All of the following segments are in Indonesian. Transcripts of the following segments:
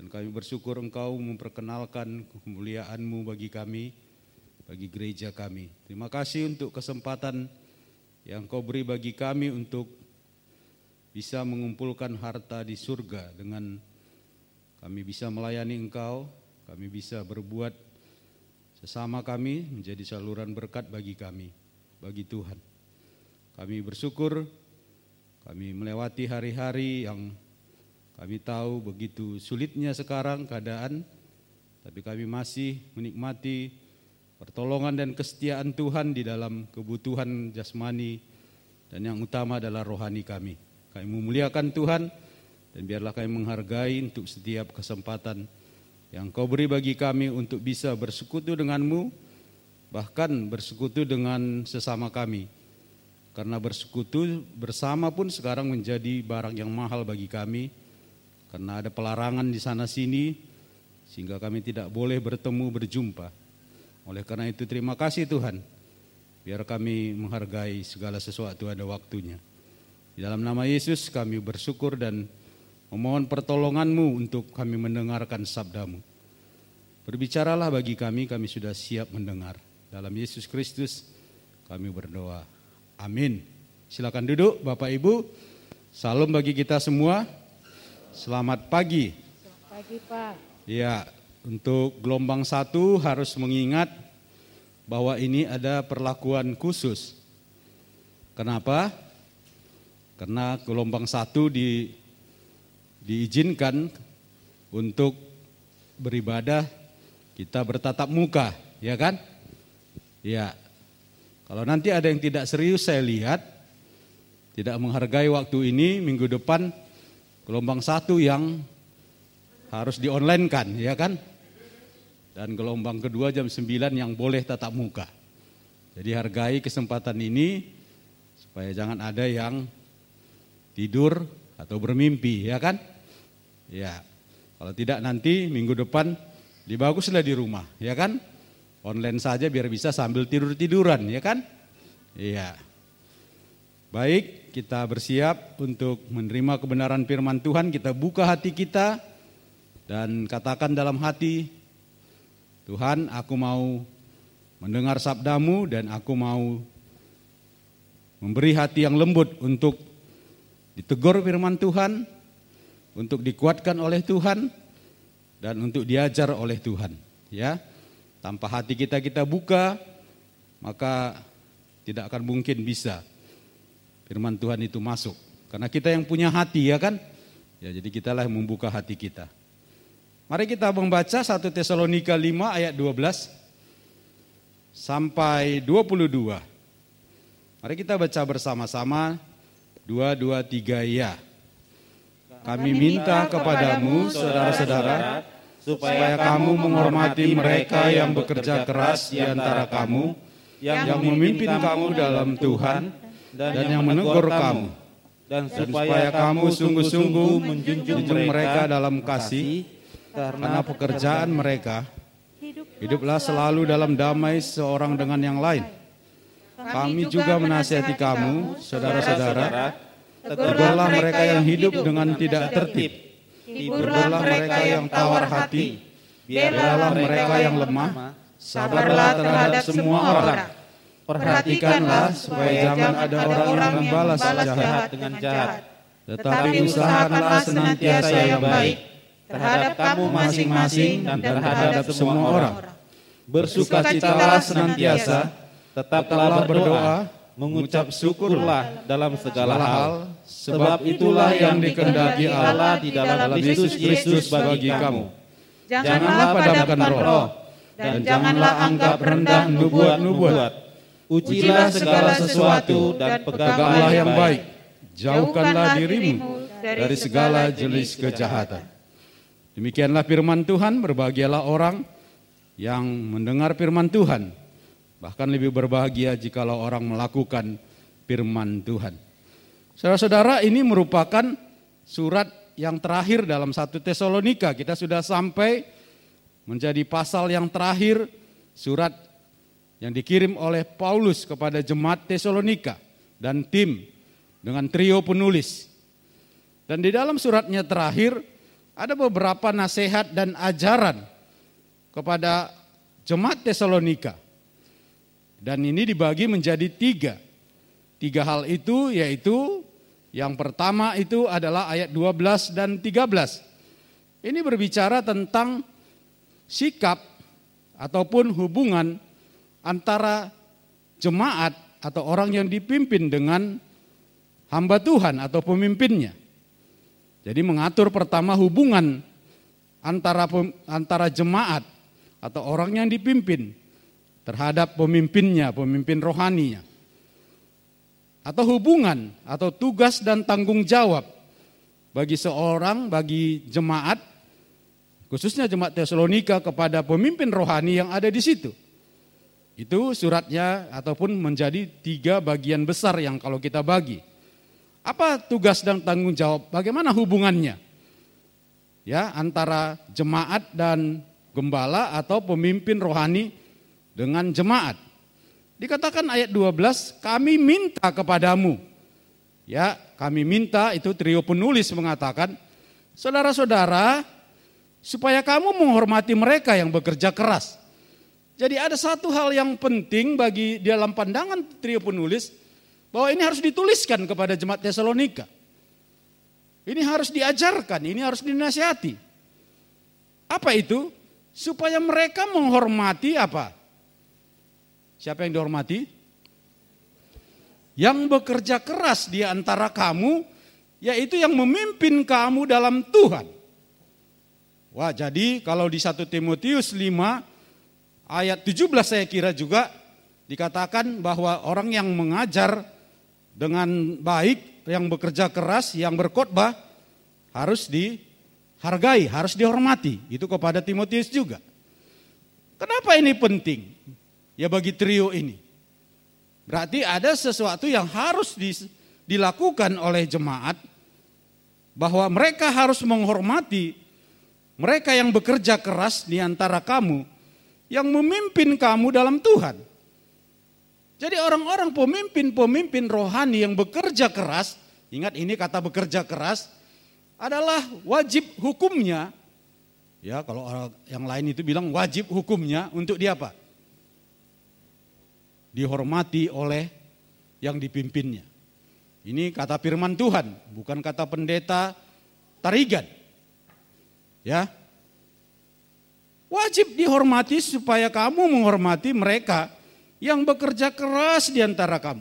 Dan kami bersyukur Engkau memperkenalkan kemuliaan-Mu bagi kami, bagi gereja kami. Terima kasih untuk kesempatan yang Kau beri bagi kami untuk bisa mengumpulkan harta di surga. Dengan kami bisa melayani Engkau, kami bisa berbuat sesama kami menjadi saluran berkat bagi kami, bagi Tuhan. Kami bersyukur, kami melewati hari-hari yang kami tahu begitu sulitnya sekarang keadaan, tapi kami masih menikmati pertolongan dan kesetiaan Tuhan di dalam kebutuhan jasmani dan yang utama adalah rohani kami. Kami memuliakan Tuhan dan biarlah kami menghargai untuk setiap kesempatan yang Kau beri bagi kami untuk bisa bersekutu dengan-Mu, bahkan bersekutu dengan sesama kami. Karena bersekutu bersama pun sekarang menjadi barang yang mahal bagi kami. Karena ada pelarangan di sana sini, sehingga kami tidak boleh bertemu berjumpa. Oleh karena itu terima kasih Tuhan, biar kami menghargai segala sesuatu ada waktunya. Di dalam nama Yesus kami bersyukur dan memohon pertolongan-Mu untuk kami mendengarkan sabda-Mu. Berbicaralah bagi kami sudah siap mendengar. Dalam Yesus Kristus kami berdoa. Amin. Silakan duduk Bapak Ibu. Salam bagi kita semua. Selamat pagi. Selamat pagi Pak. Ya, untuk gelombang 1 harus mengingat bahwa ini ada perlakuan khusus. Kenapa? Karena gelombang 1 diizinkan untuk beribadah, kita bertatap muka, ya kan? Ya. Kalau nanti ada yang tidak serius saya lihat, tidak menghargai waktu ini, minggu depan gelombang 1 yang harus di-online-kan, ya kan? Dan gelombang kedua jam 9 yang boleh tatap muka. Jadi hargai kesempatan ini supaya jangan ada yang tidur atau bermimpi, ya kan? Ya. Kalau tidak nanti minggu depan lebih baguslah di rumah, ya kan? Online saja biar bisa sambil tidur-tiduran, ya kan? Iya. Baik, kita bersiap untuk menerima kebenaran firman Tuhan. Kita buka hati kita dan katakan dalam hati, Tuhan, aku mau mendengar sabda-Mu dan aku mau memberi hati yang lembut untuk ditegur firman Tuhan, untuk dikuatkan oleh Tuhan dan untuk diajar oleh Tuhan. Ya, tanpa hati kita buka, maka tidak akan mungkin bisa firman Tuhan itu masuk. Karena kita yang punya hati, ya kan? Ya, jadi kitalah yang membuka hati kita. Mari kita membaca 1 Tesalonika 5 ayat 12 sampai 22. Mari kita baca bersama-sama. 2, 2, 3 ya. Kami minta kepadamu saudara-saudara supaya kamu menghormati mereka yang bekerja keras di antara kamu, yang memimpin kamu dalam Tuhan dan yang menegur kamu, dan supaya kamu sungguh-sungguh menjunjung mereka dalam kasih, karena pekerjaan mereka. Hiduplah selalu dalam damai seorang dengan yang lain. Kami juga menasihati kamu, saudara-saudara, tegurlah mereka yang hidup dengan tidak tertib, hiburlah mereka yang tawar hati, biarlah mereka yang lemah, sabarlah terhadap semua orang. Perhatikanlah supaya jangan ada orang yang membalas jahat dengan jahat, tetapi usahakanlah senantiasa yang baik terhadap kamu masing-masing dan terhadap semua orang. Bersukacitalah senantiasa, tetaplah berdoa, mengucap syukurlah dalam segala hal, sebab itulah yang dikehendaki Allah di dalam Yesus Kristus bagi kamu. Janganlah padamkan roh, dan janganlah anggap rendah nubuat-nubuat. Ujilah segala sesuatu dan peganglah yang baik. Jauhkanlah dirimu dari segala jenis kejahatan. Demikianlah firman Tuhan. Berbahagialah orang yang mendengar firman Tuhan. Bahkan lebih berbahagia jikalau orang melakukan firman Tuhan. Saudara-saudara, ini merupakan surat yang terakhir dalam 1 Tesalonika. Kita sudah sampai menjadi pasal yang terakhir surat yang dikirim oleh Paulus kepada jemaat Tesalonika dan tim dengan trio penulis. Dan di dalam suratnya terakhir, ada beberapa nasihat dan ajaran kepada jemaat Tesalonika. Dan ini dibagi menjadi tiga. Tiga hal itu yaitu yang pertama itu adalah ayat 12 dan 13. Ini berbicara tentang sikap ataupun hubungan antara jemaat atau orang yang dipimpin dengan hamba Tuhan atau pemimpinnya. Jadi mengatur pertama hubungan antara jemaat atau orang yang dipimpin terhadap pemimpinnya, pemimpin rohaninya. Atau hubungan atau tugas dan tanggung jawab bagi jemaat, khususnya jemaat Tesalonika kepada pemimpin rohani yang ada di situ. Itu suratnya ataupun menjadi 3 bagian besar yang kalau kita bagi. Apa tugas dan tanggung jawab? Bagaimana hubungannya? Ya, antara jemaat dan gembala atau pemimpin rohani dengan jemaat. Dikatakan ayat 12, kami minta kepadamu. Ya, kami minta, itu trio penulis mengatakan, saudara-saudara, supaya kamu menghormati mereka yang bekerja keras. Jadi ada satu hal yang penting bagi dalam pandangan trio penulis, bahwa ini harus dituliskan kepada jemaat Tesalonika. Ini harus diajarkan, ini harus dinasihati. Apa itu? Supaya mereka menghormati apa? Siapa yang dihormati? Yang bekerja keras di antara kamu, yaitu yang memimpin kamu dalam Tuhan. Wah, jadi kalau di 1 Timotius 5 ayat 17 saya kira juga dikatakan bahwa orang yang mengajar dengan baik, yang bekerja keras, yang berkhotbah harus dihargai, harus dihormati. Itu kepada Timotius juga. Kenapa ini penting? Ya bagi trio ini. Berarti ada sesuatu yang harus dilakukan oleh jemaat, bahwa mereka harus menghormati mereka yang bekerja keras di antara kamu, yang memimpin kamu dalam Tuhan. Jadi orang-orang pemimpin rohani yang bekerja keras, ingat ini kata bekerja keras, adalah wajib hukumnya. Ya, kalau orang yang lain itu bilang wajib hukumnya untuk dia apa? Dihormati oleh yang dipimpinnya. Ini kata firman Tuhan, bukan kata pendeta Tarigan. Ya. Wajib dihormati supaya kamu menghormati mereka yang bekerja keras di antara kamu.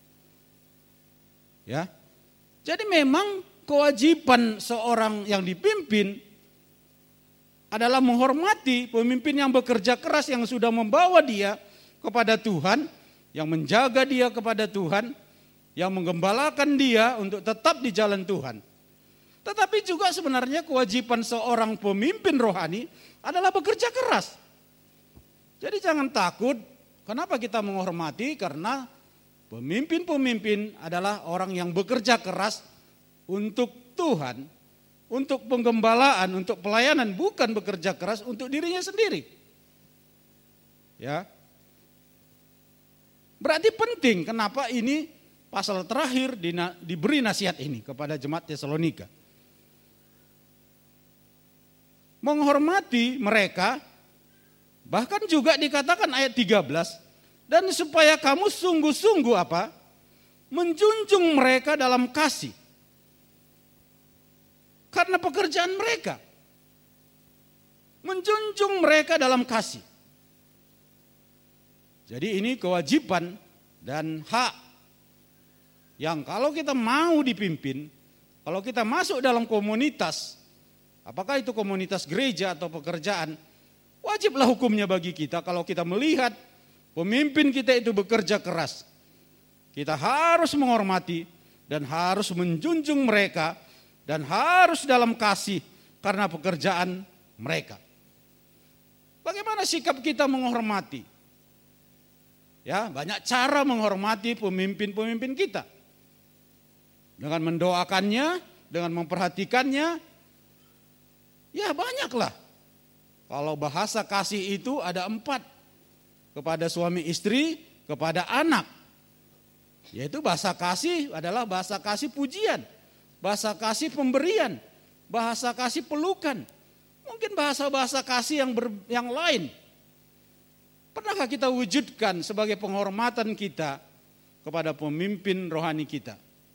Ya. Jadi memang kewajiban seorang yang dipimpin adalah menghormati pemimpin yang bekerja keras, yang sudah membawa dia kepada Tuhan, yang menjaga dia kepada Tuhan, yang menggembalakan dia untuk tetap di jalan Tuhan. Tetapi juga sebenarnya kewajiban seorang pemimpin rohani adalah bekerja keras. Jadi jangan takut, kenapa kita menghormati? Karena pemimpin-pemimpin adalah orang yang bekerja keras untuk Tuhan, untuk penggembalaan, untuk pelayanan, bukan bekerja keras untuk dirinya sendiri. Ya. Berarti penting kenapa ini pasal terakhir diberi nasihat ini kepada jemaat Tesalonika. Menghormati mereka, bahkan juga dikatakan ayat 13, dan supaya kamu sungguh-sungguh apa? Menjunjung mereka dalam kasih. Karena pekerjaan mereka. Menjunjung mereka dalam kasih. Jadi ini kewajiban dan hak yang kalau kita mau dipimpin, kalau kita masuk dalam komunitas, apakah itu komunitas gereja atau pekerjaan, wajiblah hukumnya bagi kita kalau kita melihat pemimpin kita itu bekerja keras. Kita harus menghormati dan harus menjunjung mereka dan harus dalam kasih karena pekerjaan mereka. Bagaimana sikap kita menghormati? Ya, banyak cara menghormati pemimpin-pemimpin kita. Dengan mendoakannya, dengan memperhatikannya, ya banyaklah. Kalau bahasa kasih itu ada 4. Kepada suami istri, kepada anak. Yaitu bahasa kasih adalah bahasa kasih pujian. Bahasa kasih pemberian. bahasa kasih pelukan. Mungkin bahasa-bahasa kasih yang lain. Pernahkah kita wujudkan sebagai penghormatan kita kepada pemimpin rohani kita?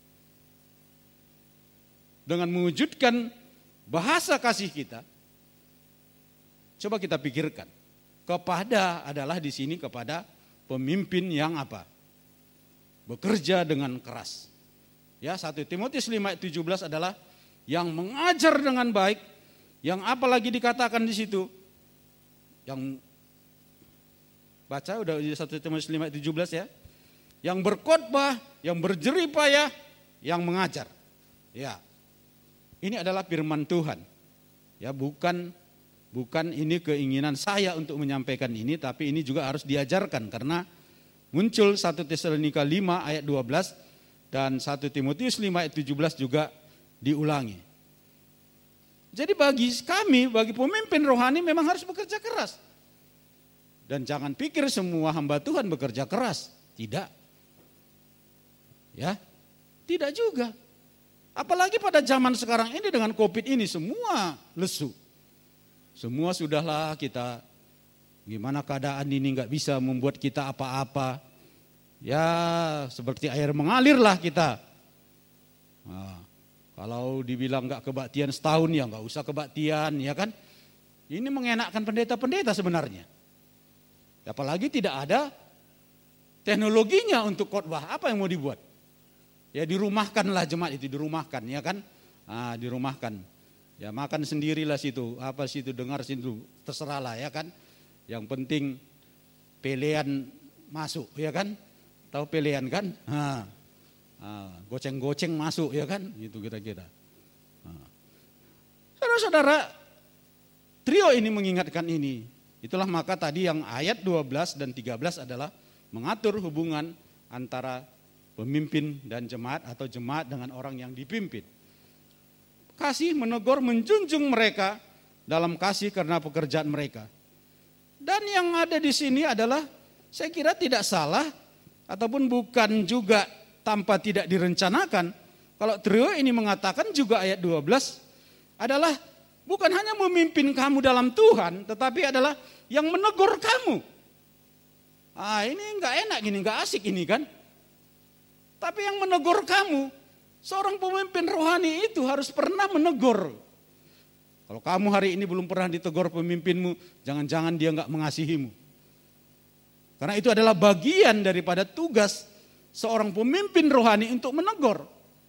Dengan mewujudkan bahasa kasih kita, coba kita pikirkan. Kepada adalah di sini kepada pemimpin yang apa? Bekerja dengan keras. Ya, 1 Timotius 5 ayat 17 adalah yang mengajar dengan baik, yang apalagi dikatakan di situ, yang baca udah 1 Timotius 5 ayat 17 ya. Yang berkhotbah, yang berjerih payah, yang mengajar. Ya. Ini adalah firman Tuhan. Ya, bukan ini keinginan saya untuk menyampaikan ini, tapi ini juga harus diajarkan karena muncul 1 Tesalonika 5 ayat 12 dan 1 Timotius 5 ayat 17 juga diulangi. Jadi bagi kami, bagi pemimpin rohani memang harus bekerja keras. Dan jangan pikir semua hamba Tuhan bekerja keras. Tidak. Ya, tidak juga. Apalagi pada zaman sekarang ini dengan COVID ini semua lesu. Semua sudahlah kita, gimana keadaan ini nggak bisa membuat kita apa-apa. Ya seperti air mengalirlah kita. Nah, kalau dibilang nggak kebaktian setahun ya nggak usah kebaktian ya kan. Ini mengenakkan pendeta-pendeta sebenarnya. Apalagi tidak ada teknologinya untuk khotbah, apa yang mau dibuat? Ya dirumahkanlah jemaat itu, dirumahkan ya kan. Nah, dirumahkan. Ya makan sendirilah situ, apa situ dengar situ, terserahlah ya kan. Yang penting pelean masuk ya kan. Tahu pelean kan? Goceng-goceng masuk ya kan, gitu kira-kira. Saudara-saudara, trio ini mengingatkan ini. Itulah maka tadi yang ayat 12 dan 13 adalah mengatur hubungan antara pemimpin dan jemaat atau jemaat dengan orang yang dipimpin. Kasih, menegur, menjunjung mereka dalam kasih karena pekerjaan mereka. Dan yang ada di sini adalah saya kira tidak salah ataupun bukan juga tanpa tidak direncanakan. Kalau trio ini mengatakan juga ayat 12 adalah bukan hanya memimpin kamu dalam Tuhan, tetapi adalah yang menegur kamu. Ini enggak enak gini, enggak asik ini kan. Tapi yang menegur kamu, seorang pemimpin rohani itu harus pernah menegur. Kalau kamu hari ini belum pernah ditegur pemimpinmu, jangan-jangan dia enggak mengasihimu. Karena itu adalah bagian daripada tugas seorang pemimpin rohani untuk menegur.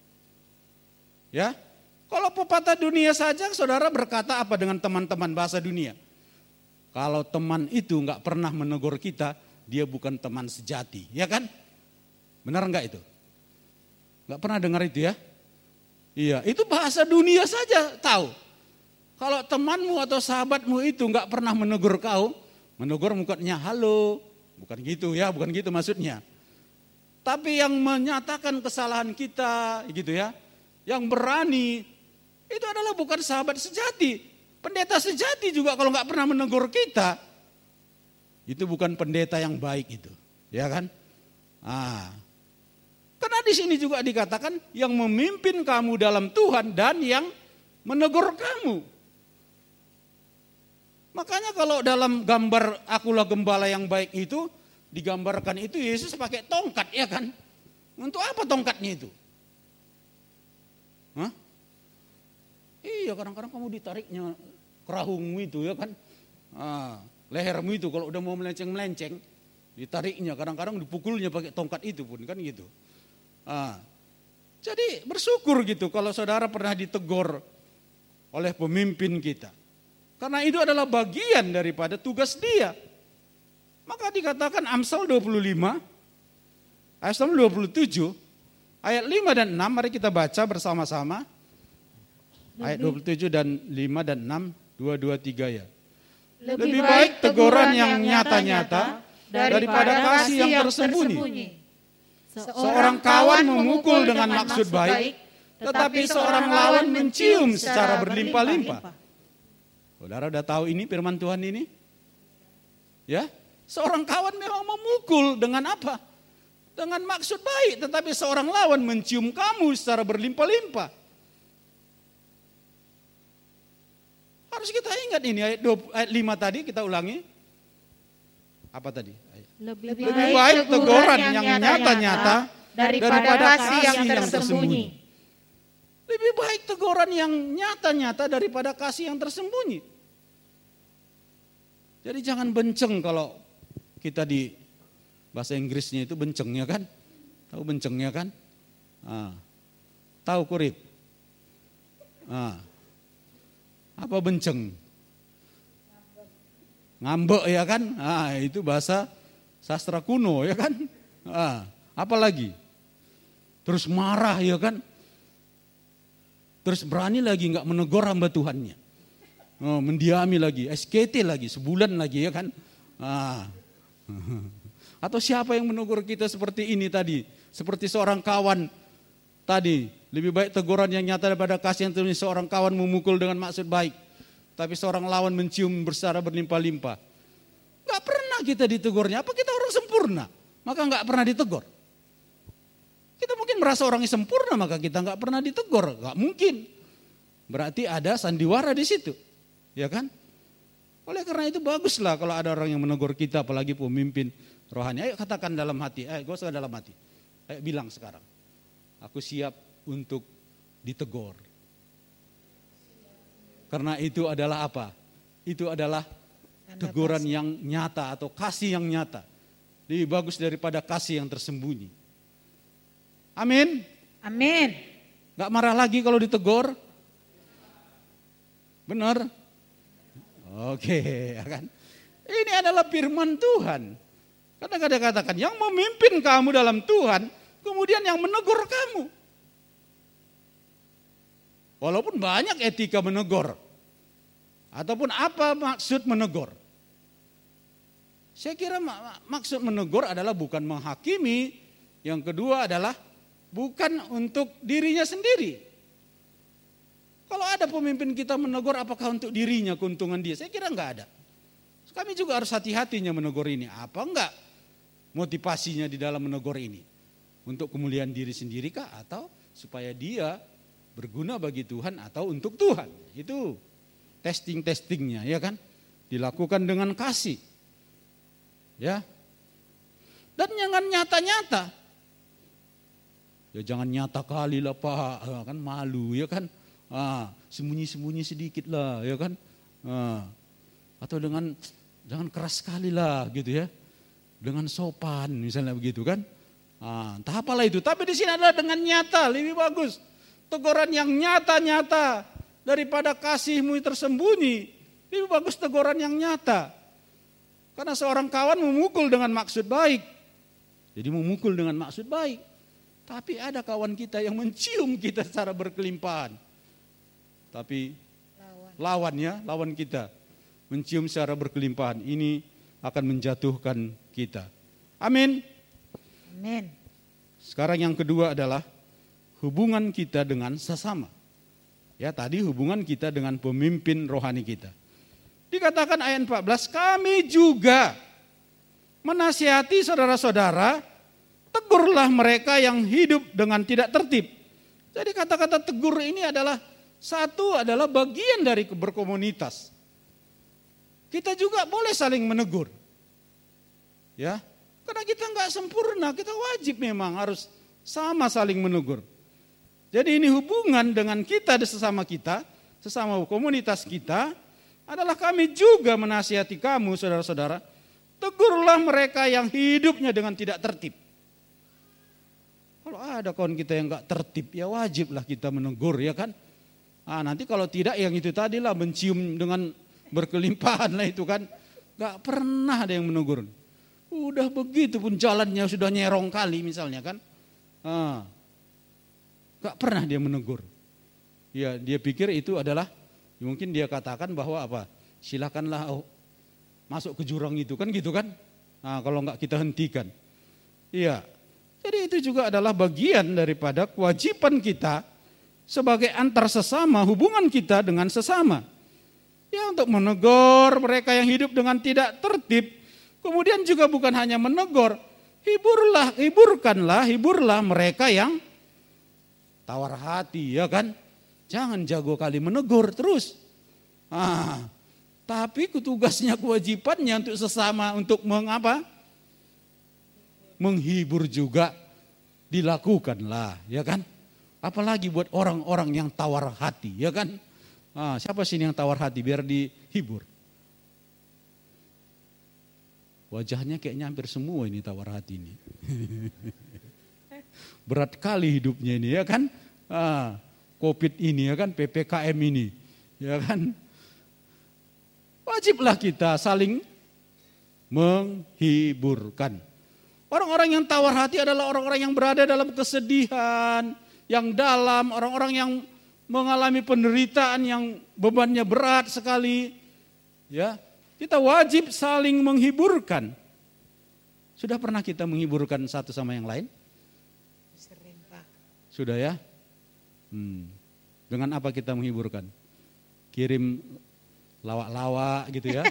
Ya, kalau pepatah dunia saja, saudara berkata apa dengan teman-teman bahasa dunia? Kalau teman itu enggak pernah menegur kita, dia bukan teman sejati, ya kan? Benar enggak itu? Enggak pernah dengar itu ya? Iya, itu bahasa dunia saja tahu. Kalau temanmu atau sahabatmu itu enggak pernah menegur kau, menegur mukanya halo, bukan gitu ya, bukan gitu maksudnya. Tapi yang menyatakan kesalahan kita gitu ya, yang berani, itu adalah bukan sahabat sejati. Pendeta sejati juga kalau enggak pernah menegur kita, itu bukan pendeta yang baik itu, ya kan? Karena di sini juga dikatakan yang memimpin kamu dalam Tuhan dan yang menegur kamu. Makanya kalau dalam gambar akulah gembala yang baik itu digambarkan itu Yesus pakai tongkat ya kan? Untuk apa tongkatnya itu? Iya kadang-kadang kamu ditariknya kerahungmu itu ya kan? Lehermu itu kalau udah mau melenceng-melenceng ditariknya, kadang-kadang dipukulnya pakai tongkat itu pun kan gitu. Jadi bersyukur gitu kalau saudara pernah ditegur oleh pemimpin kita. Karena itu adalah bagian daripada tugas dia. Maka dikatakan Amsal 25, ayat 27, ayat 5 dan 6, mari kita baca bersama-sama. Ayat 27 dan 5 dan 6, 2, 2, 3 ya. Lebih baik teguran yang nyata-nyata daripada kasih yang tersembunyi. Seorang kawan memukul dengan maksud baik, tetapi seorang lawan mencium secara berlimpah-limpah. Saudara udah tahu ini firman Tuhan ini? Ya, seorang kawan memang memukul dengan apa? Dengan maksud baik, tetapi seorang lawan mencium kamu secara berlimpah-limpah. Harus kita ingat ini ayat 5 tadi, kita ulangi. Apa tadi? Lebih baik teguran yang nyata-nyata daripada kasih yang tersembunyi. Lebih baik teguran yang nyata-nyata daripada kasih yang tersembunyi. Jadi jangan benceng kalau kita di bahasa Inggrisnya itu bencengnya kan. Tahu bencengnya kan? Tahu Kurip? Apa benceng? Ngambek ya kan? Itu bahasa sastra kuno ya kan? Apa lagi? Terus marah ya kan? Terus berani lagi nggak menegur hamba Tuhannya. Mendiami lagi, SKT lagi, sebulan lagi ya kan? Atau siapa yang menegur kita seperti ini tadi? Seperti seorang kawan tadi, lebih baik teguran yang nyata daripada kasih yang tersembunyi. Seorang kawan memukul dengan maksud baik, tapi seorang lawan mencium bersara berlimpah-limpah. Gak pernah kita ditegurnya, apa kita orang sempurna? Maka gak pernah ditegur. Kita mungkin merasa orang yang sempurna, maka kita gak pernah ditegur. Gak mungkin. Berarti ada sandiwara di situ, ya kan? Oleh karena itu baguslah kalau ada orang yang menegur kita, apalagi pemimpin rohani. Ayo katakan dalam hati, gue suka dalam hati. Ayo bilang sekarang, aku siap untuk ditegur. Karena itu adalah apa? Itu adalah teguran yang nyata atau kasih yang nyata. Lebih bagus daripada kasih yang tersembunyi. Amin. Amin. Gak marah lagi kalau ditegur? Benar? Oke, ya kan? Ini adalah firman Tuhan. Kadang-kadang katakan, yang memimpin kamu dalam Tuhan, kemudian yang menegur kamu. Walaupun banyak etika menegur. Ataupun apa maksud menegur. Saya kira maksud menegur adalah bukan menghakimi. Yang kedua adalah bukan untuk dirinya sendiri. Kalau ada pemimpin kita menegur apakah untuk dirinya, keuntungan dia? Saya kira enggak ada. Kami juga harus hati-hatinya menegur ini. Apa enggak motivasinya di dalam menegur ini? Untuk kemuliaan diri sendiri kah? Atau supaya dia berguna bagi Tuhan atau untuk Tuhan? Itu testing-testingnya, ya kan? Dilakukan dengan kasih. Ya. Dan jangan nyata-nyata. Ya jangan nyata kali lah Pak, kan malu ya kan? Sembunyi-sembunyi sedikit lah, ya kan? Atau dengan jangan keras sekali lah gitu ya. Dengan sopan misalnya begitu kan. Entah apalah itu. Tapi di sini adalah dengan nyata, lebih bagus. Teguran yang nyata-nyata daripada kasihmu tersembunyi. Lebih bagus teguran yang nyata. Karena seorang kawan memukul dengan maksud baik. Jadi memukul dengan maksud baik. Tapi ada kawan kita yang mencium kita secara berkelimpahan. Tapi lawan kita mencium secara berkelimpahan. Ini akan menjatuhkan kita. Amin. Amin. Sekarang yang kedua adalah hubungan kita dengan sesama. Ya tadi hubungan kita dengan pemimpin rohani kita. Dikatakan ayat 14, kami juga menasihati saudara-saudara, tegurlah mereka yang hidup dengan tidak tertib. Jadi kata-kata tegur ini adalah bagian dari berkomunitas. Kita juga boleh saling menegur. Ya, karena kita enggak sempurna, kita wajib memang harus sama saling menegur. Jadi ini hubungan dengan kita sesama komunitas kita, adalah kami juga menasihati kamu saudara-saudara, tegurlah mereka yang hidupnya dengan tidak tertib. Kalau ada kawan kita yang enggak tertib, ya wajiblah kita menegur ya kan. Nanti kalau tidak yang itu tadilah mencium dengan berkelimpahan lah itu kan. Enggak pernah ada yang menegur. Udah begitu pun jalannya sudah nyerong kali misalnya kan. Enggak pernah dia menegur. Ya dia pikir itu adalah mungkin dia katakan bahwa apa? Silakanlah masuk ke jurang itu kan gitu kan. Kalau enggak kita hentikan. Iya. Jadi itu juga adalah bagian daripada kewajiban kita sebagai antar sesama, hubungan kita dengan sesama. Ya untuk menegur mereka yang hidup dengan tidak tertib. Kemudian juga bukan hanya menegur, hiburlah mereka yang tawar hati ya kan. Jangan jago kali menegur terus. Tapi tugasnya, kewajibannya untuk sesama, untuk mengapa? Menghibur juga dilakukanlah, ya kan? Apalagi buat orang-orang yang tawar hati, ya kan? Siapa sih yang tawar hati biar dihibur? Wajahnya kayaknya hampir semua ini tawar hati ini. Berat kali hidupnya ini, ya kan? Covid ini, ya kan? PPKM ini, ya kan? Wajiblah kita saling menghiburkan. Orang-orang yang tawar hati adalah orang-orang yang berada dalam kesedihan yang dalam, orang-orang yang mengalami penderitaan yang bebannya berat sekali. Ya, kita wajib saling menghiburkan. Sudah pernah kita menghiburkan satu sama yang lain? Sering, Pak. Sudah ya? Dengan apa kita menghiburkan? Kirim lawak-lawak gitu ya.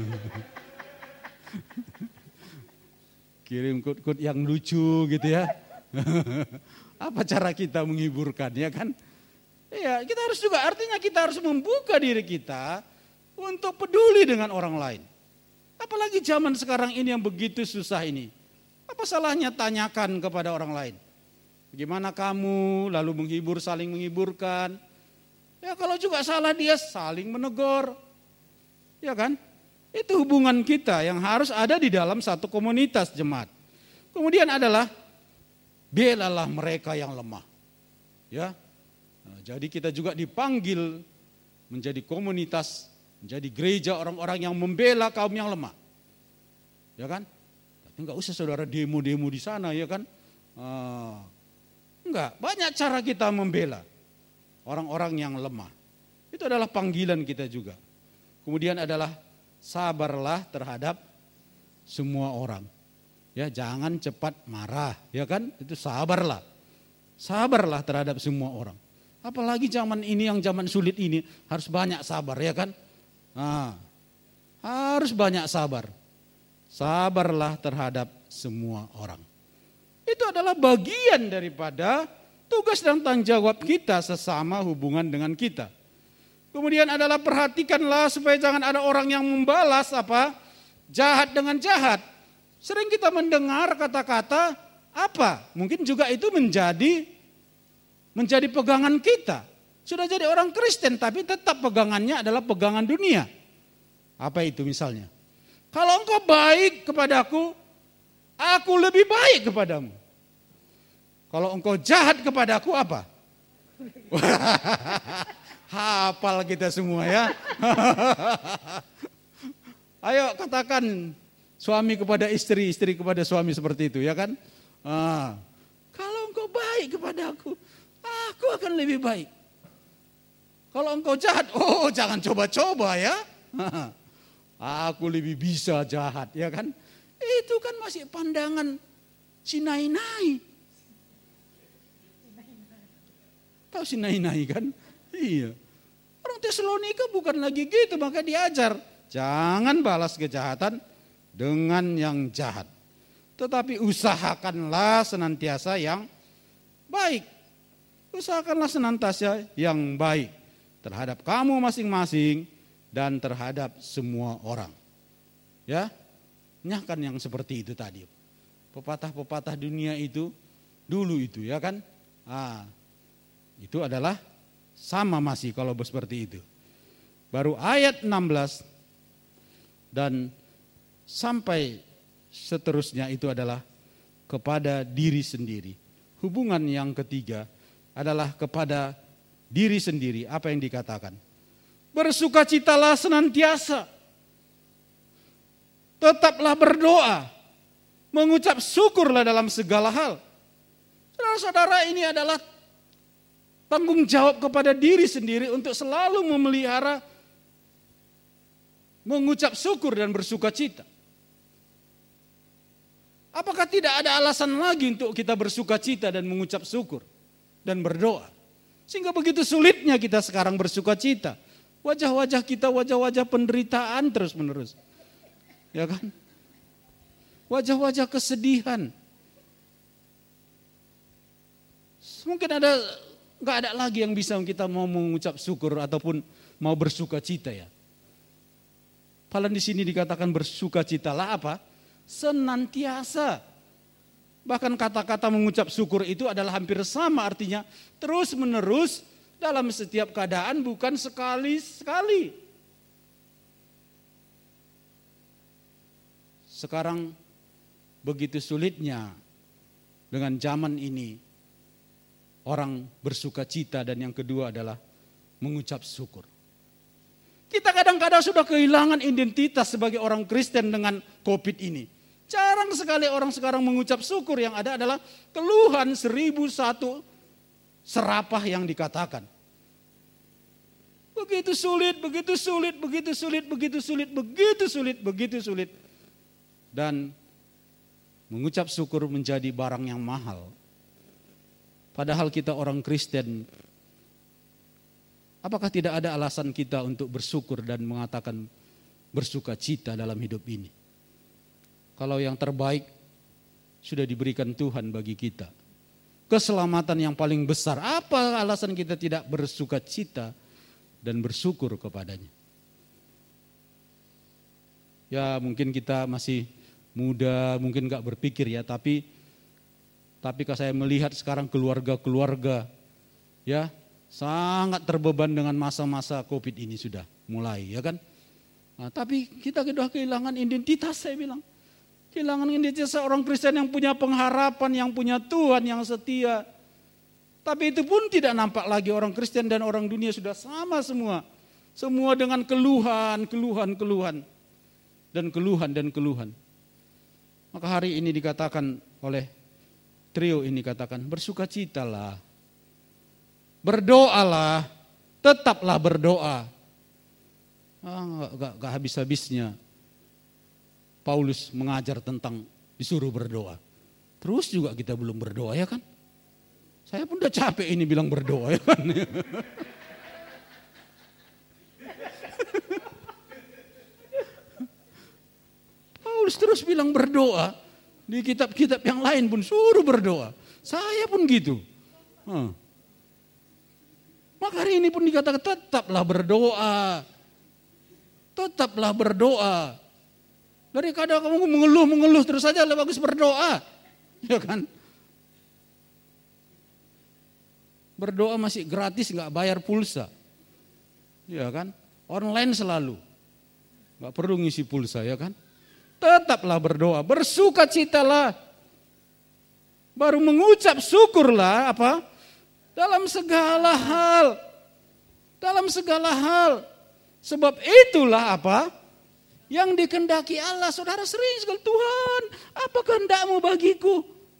Kirim kut-kut yang lucu gitu ya. Apa cara kita menghiburkan, ya kan? Ya, kita harus juga, artinya kita harus membuka diri kita untuk peduli dengan orang lain. Apalagi zaman sekarang ini yang begitu susah ini. Apa salahnya tanyakan kepada orang lain. Bagaimana kamu, lalu menghibur, saling menghiburkan. Ya kalau juga salah dia saling menegur. Ya kan? Itu hubungan kita yang harus ada di dalam satu komunitas jemaat. Kemudian adalah belalah mereka yang lemah. Ya. Jadi kita juga dipanggil menjadi komunitas, menjadi gereja orang-orang yang membela kaum yang lemah. Ya kan? Tapi enggak usah saudara demo-demo di sana, ya kan? Enggak, banyak cara kita membela orang-orang yang lemah. Itu adalah panggilan kita juga. Kemudian adalah sabarlah terhadap semua orang. Ya, jangan cepat marah, ya kan? Itu sabarlah. Sabarlah terhadap semua orang. Apalagi zaman ini, yang zaman sulit ini, harus banyak sabar, ya kan? Harus banyak sabar. Sabarlah terhadap semua orang. Itu adalah bagian daripada tugas dan tanggung jawab kita sesama hubungan dengan kita. Kemudian adalah perhatikanlah supaya jangan ada orang yang membalas jahat dengan jahat. Sering kita mendengar kata-kata mungkin juga itu menjadi pegangan kita. Sudah jadi orang Kristen tapi tetap pegangannya adalah pegangan dunia. Apa itu misalnya? Kalau engkau baik kepadaku, aku lebih baik kepadamu. Kalau engkau jahat kepadaku apa? Hafal kita semua ya. Ayo katakan suami kepada istri, istri kepada suami seperti itu, ya kan? Kalau engkau baik kepada aku akan lebih baik. Kalau engkau jahat, jangan coba-coba ya. Aku lebih bisa jahat, ya kan? Itu kan masih pandangan sinai-nai. Tahu sinai-nai kan? Iya. Orang Tesalonika bukan lagi gitu, maka diajar. Jangan balas kejahatan dengan yang jahat. Tetapi usahakanlah senantiasa yang baik. Usahakanlah senantiasa yang baik. Terhadap kamu masing-masing dan terhadap semua orang. Ya, nyahkan yang seperti itu tadi. Pepatah-pepatah dunia itu, dulu itu ya kan. Itu adalah sama masih kalau seperti itu. Baru ayat 16 dan sampai seterusnya itu adalah kepada diri sendiri. Hubungan yang ketiga adalah kepada diri sendiri. Apa yang dikatakan? Bersukacitalah senantiasa. Tetaplah berdoa. Mengucap syukurlah dalam segala hal. Saudara-saudara, ini adalah tanggung jawab kepada diri sendiri untuk selalu memelihara mengucap syukur dan bersukacita. Apakah tidak ada alasan lagi untuk kita bersukacita dan mengucap syukur dan berdoa? Sehingga begitu sulitnya kita sekarang bersukacita. Wajah-wajah kita wajah-wajah penderitaan terus-menerus. Ya kan? Wajah-wajah kesedihan. Mungkin nggak ada lagi yang bisa kita mau mengucap syukur ataupun mau bersukacita ya. Padahal di sini dikatakan bersukacitalah apa? Senantiasa. Bahkan kata-kata mengucap syukur itu adalah hampir sama artinya terus menerus dalam setiap keadaan, bukan sekali-sekali. Sekarang begitu sulitnya dengan zaman ini orang bersukacita, dan yang kedua adalah mengucap syukur. Kita kadang-kadang sudah kehilangan identitas sebagai orang Kristen dengan COVID ini. Jarang sekali orang sekarang mengucap syukur, yang ada adalah keluhan 1001 serapah yang dikatakan. Begitu sulit, begitu sulit, begitu sulit, begitu sulit, begitu sulit, begitu sulit. Dan mengucap syukur menjadi barang yang mahal. Padahal kita orang Kristen, apakah tidak ada alasan kita untuk bersyukur dan mengatakan bersukacita dalam hidup ini? Kalau yang terbaik sudah diberikan Tuhan bagi kita. Keselamatan yang paling besar, apa alasan kita tidak bersukacita dan bersyukur kepadanya? Ya mungkin kita masih muda, mungkin gak berpikir ya, tapi kalau saya melihat sekarang keluarga-keluarga ya sangat terbeban dengan masa-masa COVID ini sudah mulai, ya kan? Nah, tapi kita sudah kehilangan identitas, saya bilang. Kehilangan identitas orang Kristen yang punya pengharapan, yang punya Tuhan yang setia. Tapi itu pun tidak nampak lagi. Orang Kristen dan orang dunia sudah sama semua. Semua dengan keluhan. Dan keluhan. Maka hari ini dikatakan oleh trio ini, katakan bersukacitalah. Berdoalah. Tetaplah berdoa. Gak habis-habisnya Paulus mengajar tentang disuruh berdoa. Terus juga kita belum berdoa, ya kan? Saya pun udah capek ini bilang berdoa, ya kan? Paulus terus bilang berdoa. Di kitab-kitab yang lain pun suruh berdoa. Saya pun gitu. Maka hari ini pun dikatakan tetaplah berdoa. Tetaplah berdoa. Daripada kamu mengeluh terus saja, lebih bagus berdoa. Ya kan? Berdoa masih gratis, gak bayar pulsa. Ya kan? Online selalu. Gak perlu ngisi pulsa, ya kan? Tetaplah berdoa, bersukacitalah. Baru mengucap syukurlah apa? Dalam segala hal. Dalam segala hal. Sebab itulah apa? Yang dikehendaki Allah. Saudara sering sekali, Tuhan, apa kehendak-Mu bagiku?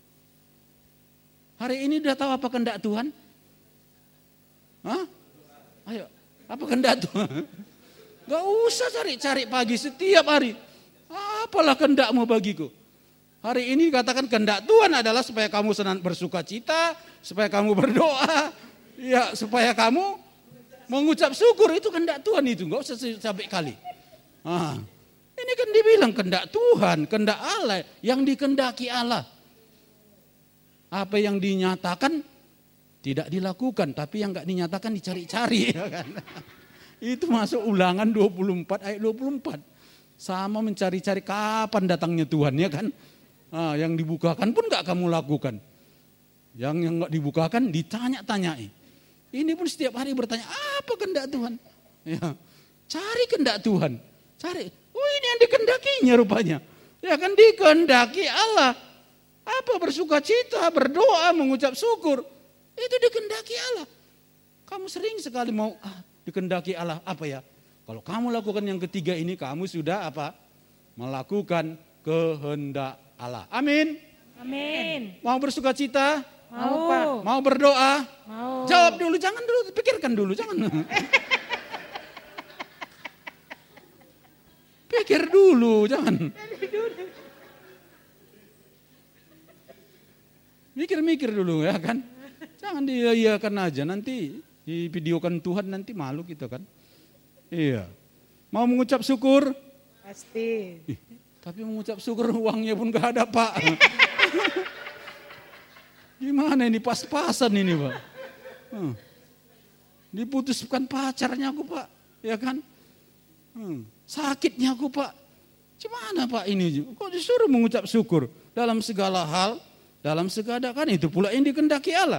Hari ini udah tahu apa kehendak Tuhan? Hah? Ayo, apa kehendak Tuhan? Gak usah cari-cari pagi setiap hari. Apalah kehendak-Mu bagiku? Hari ini katakan kehendak Tuhan adalah supaya kamu senang bersuka cita, supaya kamu berdoa, ya supaya kamu mengucap syukur. Itu kehendak Tuhan itu, gak usah sampai kali. Ini kan dibilang kehendak Tuhan, kehendak Allah, yang dikehendaki Allah. Apa yang dinyatakan tidak dilakukan, tapi yang enggak dinyatakan dicari-cari. Ya kan? Itu masuk Ulangan 24 ayat 24. Sama mencari-cari kapan datangnya Tuhan, ya kan? Yang dibukakan pun enggak kamu lakukan. Yang enggak dibukakan ditanya-tanyai. Ini pun setiap hari bertanya, apa kehendak Tuhan? Ya, cari kehendak Tuhan. Cari. Oh, ini yang dikehendakinya rupanya. Ya kan, dikehendaki Allah. Apa bersukacita, berdoa, mengucap syukur. Itu dikehendaki Allah. Kamu sering sekali mau dikehendaki Allah apa ya? Kalau kamu lakukan yang ketiga ini, kamu sudah apa? Melakukan kehendak Allah. Amin. Amin. Mau bersukacita? Mau, Pak. Mau berdoa? Mau. Jawab dulu, jangan dulu, pikirkan dulu, jangan. Pikir dulu, jangan. Mikir-mikir dulu, ya kan. Jangan iya-iyakan aja, nanti divideokan Tuhan, nanti malu kita kan. Iya. Mau mengucap syukur? Pasti. Tapi mengucap syukur uangnya pun gak ada, Pak. Gimana ini, pas-pasan ini, Pak. Diputuskan pacarnya aku, Pak. Ya kan? Sakitnya aku Pak. Gimana Pak ini? Kok disuruh mengucap syukur dalam segala hal, dalam segala kan itu pula yang dikehendaki Allah.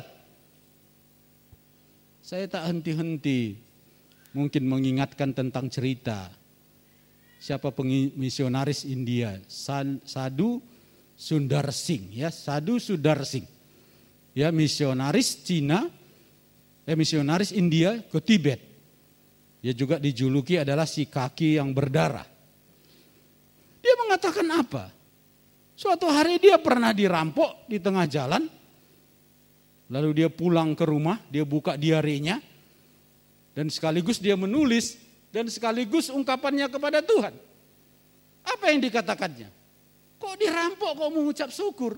Saya tak henti-henti mungkin mengingatkan tentang cerita siapa misionaris India, Sadhu Sundar Singh, ya, Sadhu Sundar Singh. Ya, misionaris misionaris India ke Tibet. Dia juga dijuluki adalah si kaki yang berdarah. Dia mengatakan apa? Suatu hari dia pernah dirampok di tengah jalan. Lalu dia pulang ke rumah, dia buka diarinya. Dan sekaligus dia menulis dan sekaligus ungkapannya kepada Tuhan. Apa yang dikatakannya? Kok dirampok, kok mengucap syukur?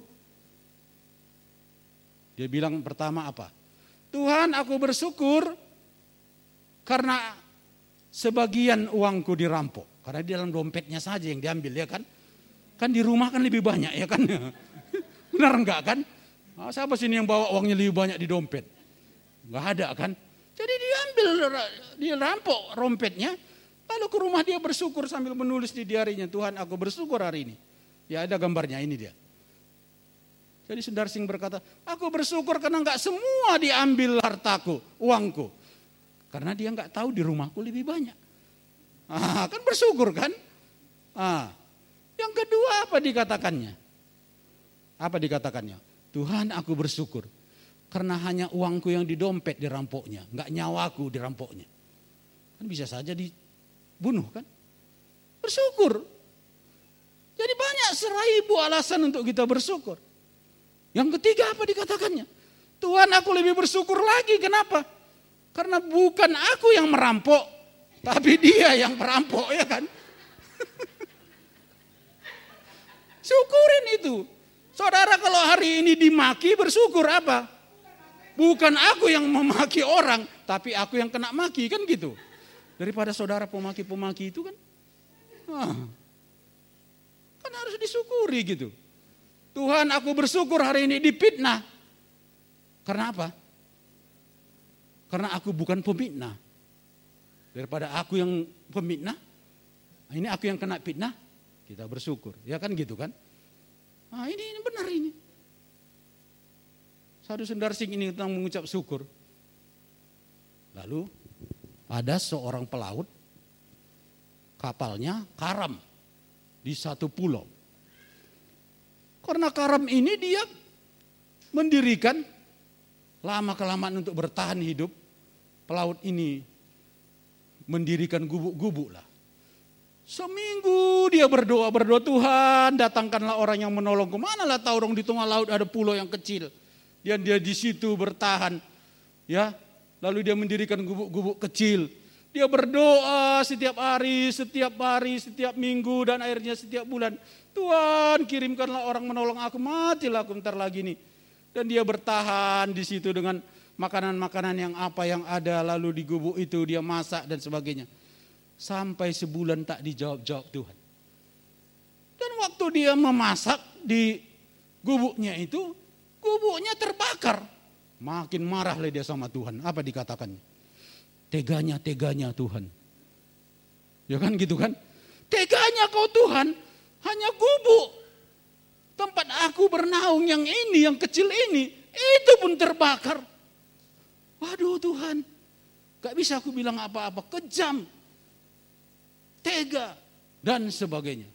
Dia bilang pertama apa? Tuhan, aku bersyukur karena sebagian uangku dirampok. Karena di dalam dompetnya saja yang diambil, ya kan? Kan di rumah kan lebih banyak, ya kan? Benar enggak kan? Nah, siapa sini yang bawa uangnya lebih banyak di dompet? Enggak ada kan? Jadi dia rampok dompetnya. Lalu ke rumah dia bersyukur sambil menulis di diarinya, Tuhan aku bersyukur hari ini. Ya ada gambarnya, ini dia. Jadi Sundar Singh berkata, aku bersyukur karena enggak semua diambil hartaku, uangku. Karena dia enggak tahu di rumahku lebih banyak. Kan bersyukur kan? Yang kedua apa dikatakannya? Apa dikatakannya? Tuhan aku bersyukur karena hanya uangku yang di dompet dirampoknya, enggak nyawaku dirampoknya. Kan bisa saja dibunuh kan? Bersyukur. Jadi banyak 1000 alasan untuk kita bersyukur. Yang ketiga apa dikatakannya? Tuhan aku lebih bersyukur lagi, kenapa? Karena bukan aku yang merampok, tapi dia yang merampok, ya kan? Syukurin itu. Saudara kalau hari ini dimaki bersyukur apa? Bukan aku yang memaki orang, tapi aku yang kena maki, kan gitu. Daripada saudara pemaki-pemaki itu kan. Kan harus disyukuri gitu. Tuhan aku bersyukur hari ini dipitnah. Karena apa? Karena aku bukan pemfitnah. Daripada aku yang pemfitnah, ini aku yang kena fitnah, kita bersyukur. Ya kan gitu kan? Ini benar ini. Sadhu Sundar Singh ini tentang mengucap syukur. Lalu ada seorang pelaut, kapalnya karam di satu pulau. Karena karam ini dia mendirikan lama-kelamaan untuk bertahan hidup. Pelaut ini mendirikan gubuk-gubuk lah. Seminggu dia berdoa, Tuhan datangkanlah orang yang menolongku. Manalah tahu orang di tengah laut ada pulau yang kecil. Yang dia di situ bertahan. Ya, lalu dia mendirikan gubuk-gubuk kecil. Dia berdoa setiap hari, setiap minggu dan akhirnya setiap bulan. Tuhan kirimkanlah orang menolong aku, matilah aku bentar lagi nih. Dan dia bertahan di situ dengan makanan-makanan yang apa yang ada, lalu di gubuk itu dia masak dan sebagainya. Sampai sebulan tak dijawab-jawab Tuhan. Dan waktu dia memasak di gubuknya itu, gubuknya terbakar. Makin marahlah dia sama Tuhan. Apa dikatakannya? Teganya Tuhan. Ya kan gitu kan? Teganya kau Tuhan, hanya gubuk tempat aku bernaung yang ini, yang kecil ini, itu pun terbakar. Waduh Tuhan, gak bisa aku bilang apa-apa, kejam, tega, dan sebagainya.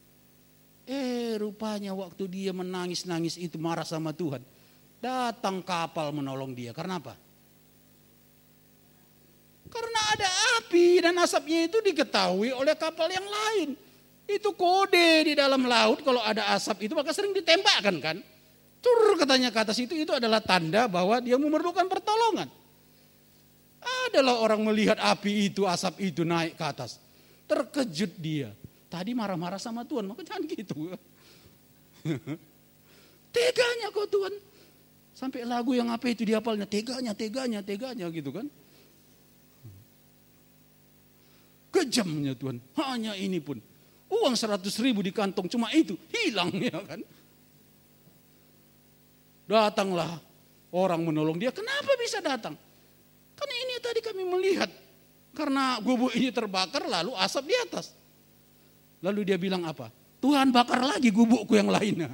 Rupanya waktu dia menangis-nangis itu marah sama Tuhan, datang kapal menolong dia. Karena apa? Karena ada api dan asapnya itu diketahui oleh kapal yang lain. Itu kode di dalam laut, kalau ada asap itu maka sering ditembakkan kan. Katanya ke atas itu adalah tanda bahwa dia memerlukan pertolongan. Adalah orang melihat api itu, asap itu naik ke atas. Terkejut dia. Tadi marah-marah sama Tuhan, maka jangan gitu. Teganya kau Tuhan. Sampai lagu yang apa itu dihafalnya, teganya gitu kan. Kejamnya Tuhan, hanya ini pun. Uang 100.000 di kantong, cuma itu, hilang ya kan. Datanglah orang menolong dia, kenapa bisa datang? Karena ini tadi kami melihat Karena gubuk ini terbakar lalu asap di atas. Lalu dia bilang apa? Tuhan bakar lagi gubukku yang lainnya.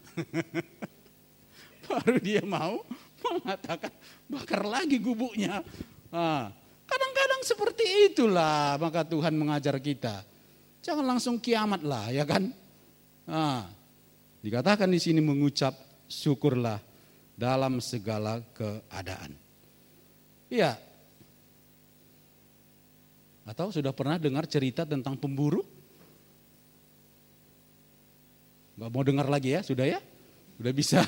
Baru dia mau mengatakan bakar lagi gubuknya. Kadang-kadang seperti itulah maka Tuhan mengajar kita. Jangan langsung kiamat lah ya kan. Dikatakan di sini mengucap syukurlah dalam segala keadaan. Iya. Atau sudah pernah dengar cerita tentang pemburu? Gak mau dengar lagi ya, sudah ya? Sudah bisa.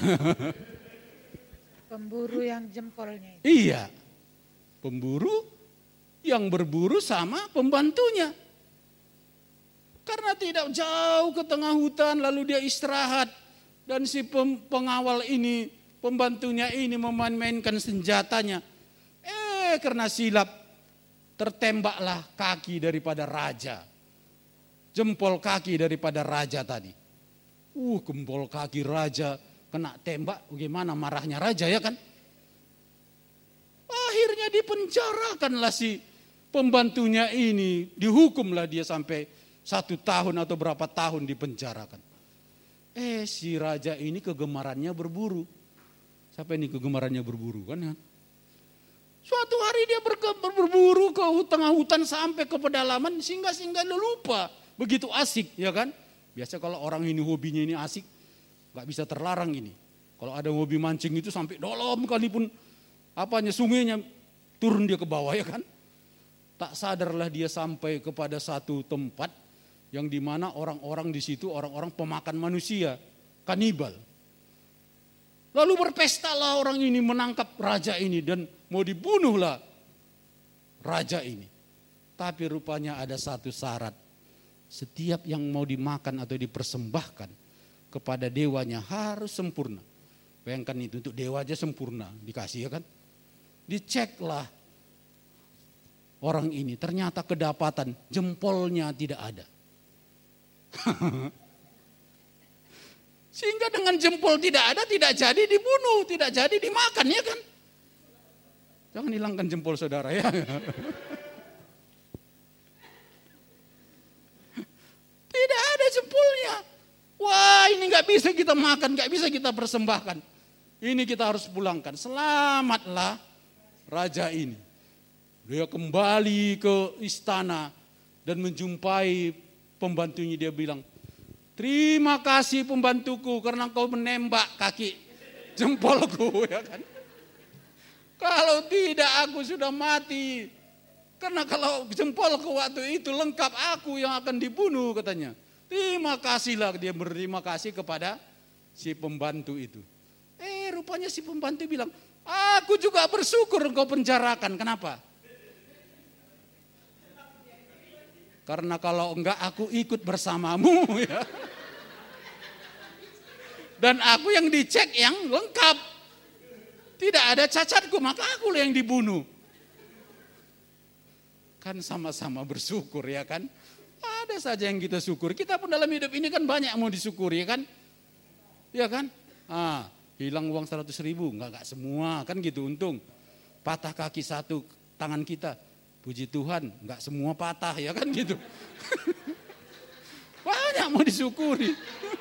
Pemburu yang jempolnya itu. Iya, pemburu yang berburu sama pembantunya. Karena tidak jauh ke tengah hutan lalu dia istirahat. Dan si pengawal ini, pembantunya ini memainkan senjatanya. Karena silap tertembaklah kaki daripada raja. Jempol kaki daripada raja tadi. Gempol kaki raja kena tembak, bagaimana marahnya raja ya kan? Akhirnya dipenjarakanlah si pembantunya ini, dihukumlah dia sampai 1 tahun atau berapa tahun dipenjarakan. Si raja ini kegemarannya berburu. Siapa ini kegemarannya berburu kan ya? Suatu hari dia berburu ke tengah hutan sampai ke pedalaman sehingga lupa. Begitu asik ya kan? Biasa kalau orang ini hobinya ini asik, gak bisa terlarang ini. Kalau ada hobi mancing itu sampai dalam kalipun sungainya turun dia ke bawah ya kan. Tak sadarlah dia sampai kepada satu tempat yang dimana orang-orang di situ orang-orang pemakan manusia, kanibal. Lalu berpestalah orang ini menangkap raja ini dan mau dibunuhlah raja ini. Tapi rupanya ada satu syarat. Setiap yang mau dimakan atau dipersembahkan kepada dewanya harus sempurna. Bayangkan itu untuk dewa aja sempurna dikasih ya kan. Diceklah orang ini ternyata kedapatan jempolnya tidak ada. Sehingga dengan jempol tidak ada tidak jadi dibunuh, tidak jadi dimakan ya kan. Jangan hilangkan jempol saudara ya. Tidak ada jempolnya. Wah ini gak bisa kita makan, gak bisa kita persembahkan. Ini kita harus pulangkan. Selamatlah raja ini. Dia kembali ke istana dan menjumpai pembantunya. Dia bilang, terima kasih pembantuku karena kau menembak kaki jempolku ya kan. Kalau tidak aku sudah mati. Karena kalau jempolku waktu itu lengkap aku yang akan dibunuh katanya. Terima kasihlah, dia berterima kasih kepada si pembantu itu. Rupanya si pembantu bilang, aku juga bersyukur engkau penjarakan. Kenapa? Karena kalau enggak aku ikut bersamamu ya. Dan aku yang dicek yang lengkap. Tidak ada cacatku, maka aku yang dibunuh. Kan sama-sama bersyukur ya kan. Ada saja yang kita syukur. Kita pun dalam hidup ini kan banyak mau disyukuri ya kan. Ya kan. Hilang uang 100.000, enggak semua kan gitu untung. Patah kaki satu tangan kita. Puji Tuhan, enggak semua patah ya kan gitu. Banyak mau disyukuri.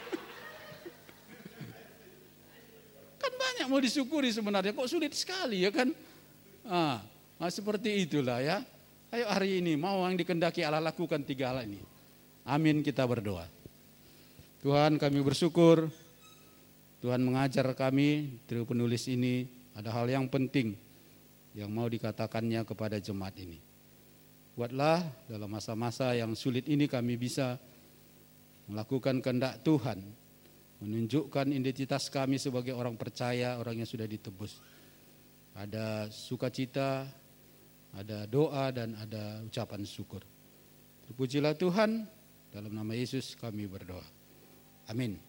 Kan banyak mau disyukuri sebenarnya, kok sulit sekali ya kan. Seperti itulah ya. Ayo hari ini mau yang dikehendaki Allah lakukan 3 hal ini. Amin, kita berdoa. Tuhan kami bersyukur. Tuhan mengajar kami dari penulis ini ada hal yang penting yang mau dikatakannya kepada jemaat ini. Buatlah dalam masa-masa yang sulit ini kami bisa melakukan kehendak Tuhan. Menunjukkan identitas kami sebagai orang percaya, orang yang sudah ditebus. Ada sukacita, ada doa dan ada ucapan syukur. Terpujilah Tuhan, dalam nama Yesus kami berdoa. Amin.